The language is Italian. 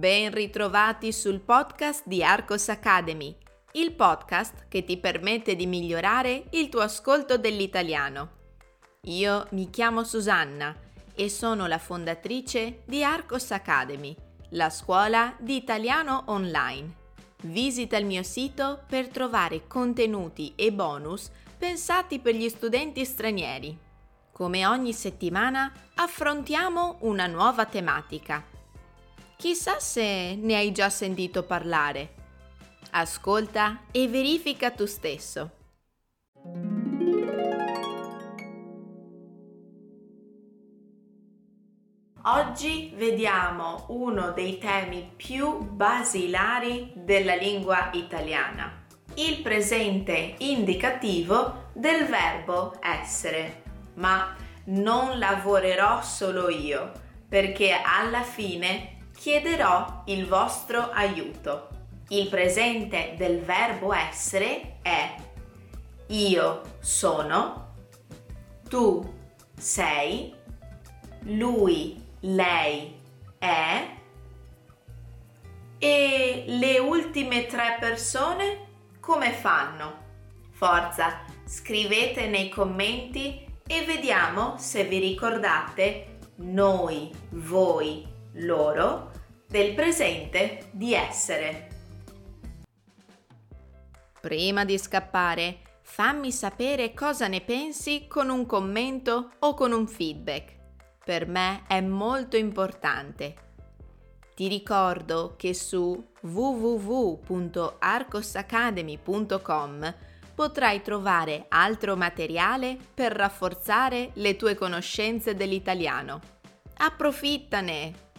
Ben ritrovati sul podcast di Arcos Academy, il podcast che ti permette di migliorare il tuo ascolto dell'italiano. Io mi chiamo Susanna e sono la fondatrice di Arcos Academy, la scuola di italiano online. Visita il mio sito per trovare contenuti e bonus pensati per gli studenti stranieri. Come ogni settimana affrontiamo una nuova tematica. Chissà se ne hai già sentito parlare. Ascolta e verifica tu stesso. Oggi vediamo uno dei temi più basilari della lingua italiana, il presente indicativo del verbo essere. Ma non lavorerò solo io, perché alla fine chiederò il vostro aiuto. Il presente del verbo essere è io sono, tu sei, lui, lei è e le ultime tre persone come fanno? Forza, scrivete nei commenti e vediamo se vi ricordate noi, voi, loro del presente di essere. Prima di scappare, fammi sapere cosa ne pensi con un commento o con un feedback. Per me è molto importante. Ti ricordo che su www.arcosacademy.com potrai trovare altro materiale per rafforzare le tue conoscenze dell'italiano. Approfittane!